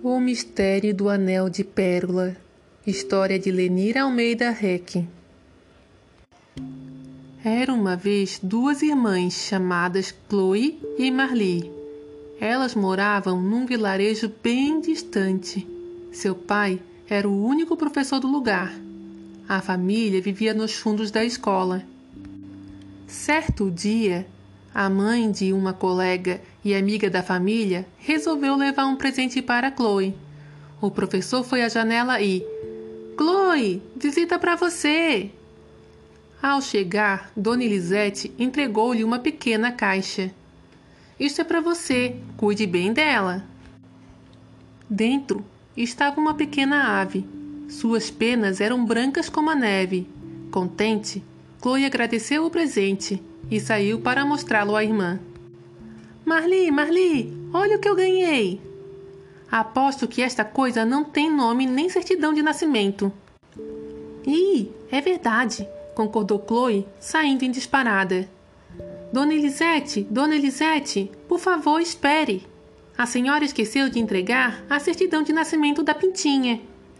O Mistério do Anel de Pérola. História de Lenira Almeida Reck. Era uma vez duas irmãs chamadas Chloe e Marli. Elas moravam num vilarejo bem distante. Seu pai era o único professor do lugar. A família vivia nos fundos da escola. Certo dia, a mãe de uma colega e amiga da família resolveu levar um presente para Chloe. O professor foi à janela e... "Chloe, visita para você!" Ao chegar, Dona Elisete entregou-lhe uma pequena caixa. "Isto é para você, cuide bem dela." Dentro estava uma pequena ave. Suas penas eram brancas como a neve. Contente, Chloe agradeceu o presente e saiu para mostrá-lo à irmã. Marli, olha o que eu ganhei!" "Aposto que esta coisa não tem nome nem certidão de nascimento." É verdade", concordou Chloe, saindo em disparada. Dona Elisete, por favor, espere. A senhora esqueceu de entregar a certidão de nascimento da Pintinha."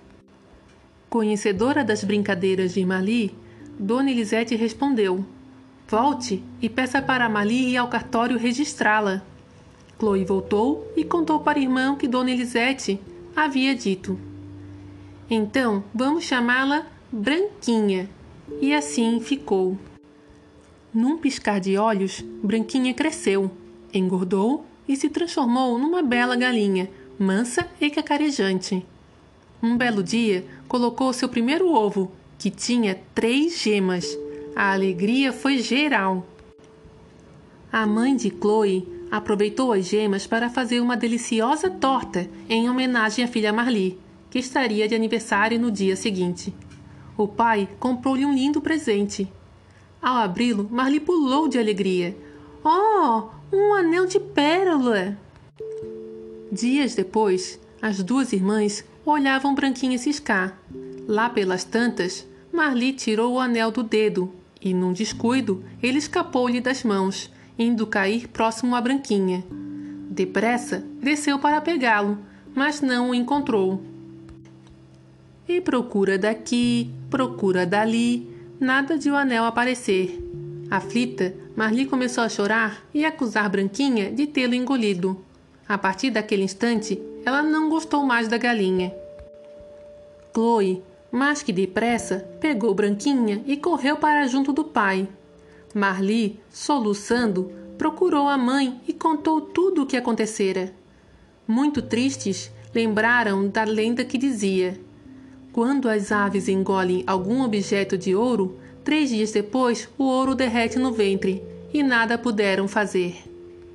Conhecedora das brincadeiras de Marli, Dona Elisete respondeu: "Volte e peça para Marli ir ao cartório registrá-la." Chloe voltou e contou para a irmã o que Dona Elisete havia dito. "Então, vamos chamá-la Branquinha." E assim ficou. Num piscar de olhos, Branquinha cresceu, engordou e se transformou numa bela galinha, mansa e cacarejante. Um belo dia, colocou seu primeiro ovo, que tinha 3 gemas. A alegria foi geral. A mãe de Chloe aproveitou as gemas para fazer uma deliciosa torta em homenagem à filha Marli, que estaria de aniversário no dia seguinte. O pai comprou-lhe um lindo presente. Ao abri-lo, Marli pulou de alegria. "Oh, um anel de pérola!" Dias depois, as duas irmãs olhavam Branquinha ciscar. Lá pelas tantas, Marli tirou o anel do dedo e, num descuido, ele escapou-lhe das mãos, indo cair próximo a Branquinha. Depressa, desceu para pegá-lo, mas não o encontrou. E procura daqui, procura dali, nada de o anel aparecer. Aflita, Marli começou a chorar e acusar Branquinha de tê-lo engolido. A partir daquele instante, ela não gostou mais da galinha. Chloe, mais que depressa, pegou Branquinha e correu para junto do pai. Marli, soluçando, procurou a mãe e contou tudo o que acontecera. Muito tristes, lembraram da lenda que dizia: quando as aves engolem algum objeto de ouro, 3 dias depois o ouro derrete no ventre, e nada puderam fazer.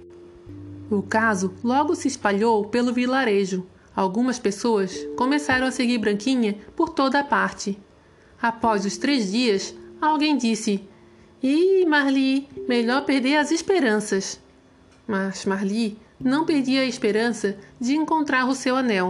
O caso logo se espalhou pelo vilarejo. Algumas pessoas começaram a seguir Branquinha por toda a parte. Após os 3 dias, alguém disse: Marli, melhor perder as esperanças." Mas Marli não perdia a esperança de encontrar o seu anel.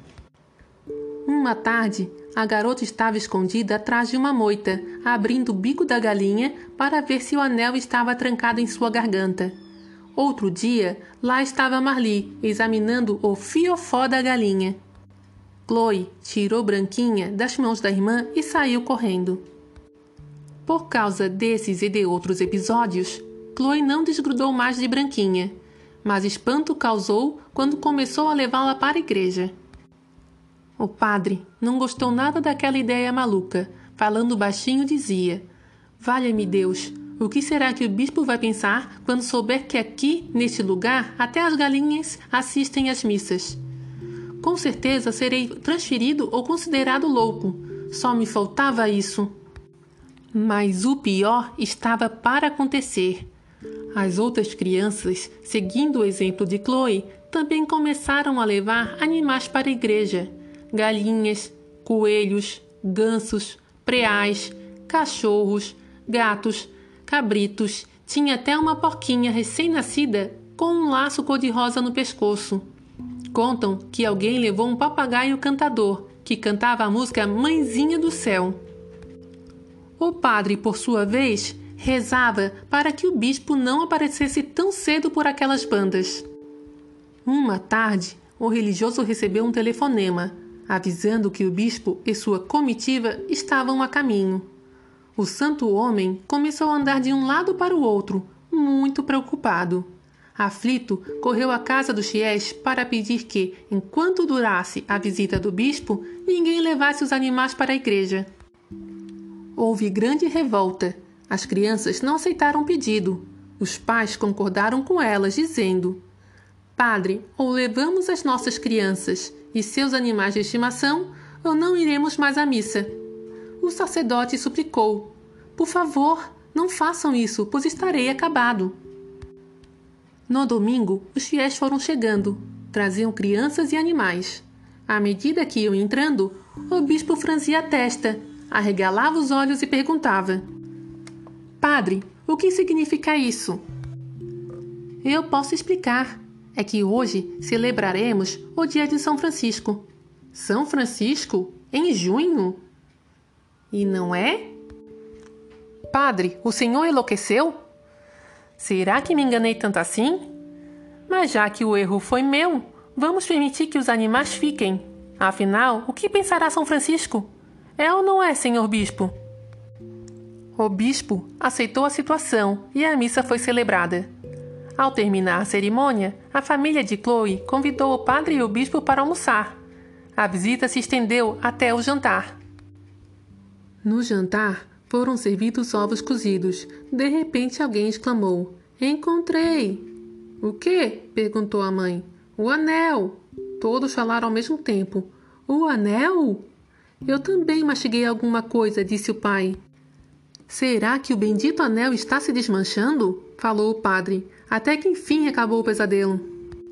Uma tarde, a garota estava escondida atrás de uma moita, abrindo o bico da galinha para ver se o anel estava trancado em sua garganta. Outro dia, lá estava Marli, examinando o fiofó da galinha. Chloe tirou Branquinha das mãos da irmã e saiu correndo. Por causa desses e de outros episódios, Chloe não desgrudou mais de Branquinha, mas espanto causou quando começou a levá-la para a igreja. O padre não gostou nada daquela ideia maluca. Falando baixinho, dizia: "Valha-me Deus, o que será que o bispo vai pensar quando souber que aqui, neste lugar, até as galinhas assistem às missas? Com certeza serei transferido ou considerado louco. Só me faltava isso." Mas o pior estava para acontecer. As outras crianças, seguindo o exemplo de Chloe, também começaram a levar animais para a igreja. Galinhas, coelhos, gansos, preais, cachorros, gatos, cabritos. Tinha até uma porquinha recém-nascida com um laço cor-de-rosa no pescoço. Contam que alguém levou um papagaio cantador, que cantava a música Mãezinha do Céu. O padre, por sua vez, rezava para que o bispo não aparecesse tão cedo por aquelas bandas. Uma tarde, o religioso recebeu um telefonema, avisando que o bispo e sua comitiva estavam a caminho. O santo homem começou a andar de um lado para o outro, muito preocupado. Aflito, correu à casa do Chiés para pedir que, enquanto durasse a visita do bispo, ninguém levasse os animais para a igreja. Houve grande revolta. As crianças não aceitaram o pedido. Os pais concordaram com elas, dizendo: Padre, ou levamos as nossas crianças e seus animais de estimação, ou não iremos mais à missa. O sacerdote suplicou: Por favor, não façam isso, pois estarei acabado. No domingo, os fiéis foram chegando. Traziam crianças e animais. À medida que iam entrando, o bispo franzia a testa, arregalava os olhos e perguntava: Padre, o que significa isso? Eu posso explicar. É que hoje celebraremos o dia de São Francisco. São Francisco? Em junho? E não é? Padre, o senhor enlouqueceu? Será que me enganei tanto assim? Mas já que o erro foi meu, vamos permitir que os animais fiquem. Afinal, o que pensará São Francisco? É ou não é, senhor bispo? O bispo aceitou a situação e a missa foi celebrada. Ao terminar a cerimônia, a família de Chloe convidou o padre e o bispo para almoçar. A visita se estendeu até o jantar. No jantar, foram servidos ovos cozidos. De repente, alguém exclamou: Encontrei! O quê? Perguntou a mãe. O anel! Todos falaram ao mesmo tempo. O anel? Eu também mastiguei alguma coisa, disse o pai. Será que o bendito anel está se desmanchando? Falou o padre, até que enfim acabou o pesadelo.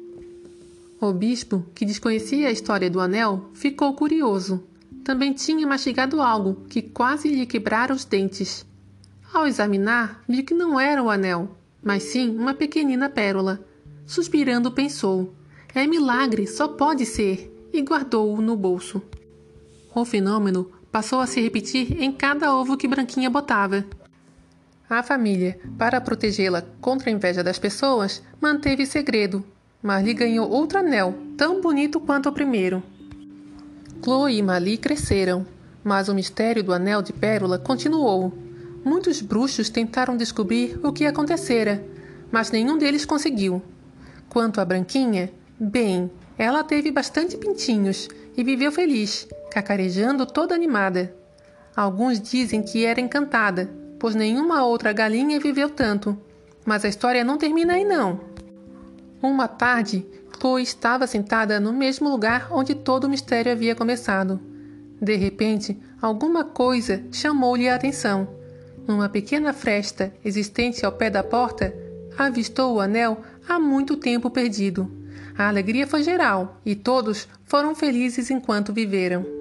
O bispo, que desconhecia a história do anel, ficou curioso. Também tinha mastigado algo que quase lhe quebrara os dentes. Ao examinar, viu que não era o anel, mas sim uma pequenina pérola. Suspirando, pensou: é milagre, só pode ser, e guardou-o no bolso. O fenômeno passou a se repetir em cada ovo que Branquinha botava. A família, para protegê-la contra a inveja das pessoas, manteve segredo, mas lhe ganhou outro anel, tão bonito quanto o primeiro. Chloe e Mali cresceram, mas o mistério do anel de pérola continuou. Muitos bruxos tentaram descobrir o que acontecera, mas nenhum deles conseguiu. Quanto a Branquinha, bem, ela teve bastante pintinhos e viveu feliz, cacarejando toda animada. Alguns dizem que era encantada, pois nenhuma outra galinha viveu tanto. Mas a história não termina aí não. Uma tarde, Chloe estava sentada no mesmo lugar onde todo o mistério havia começado. De repente, alguma coisa chamou-lhe a atenção. Numa pequena fresta existente ao pé da porta, avistou o anel há muito tempo perdido. A alegria foi geral e todos foram felizes enquanto viveram.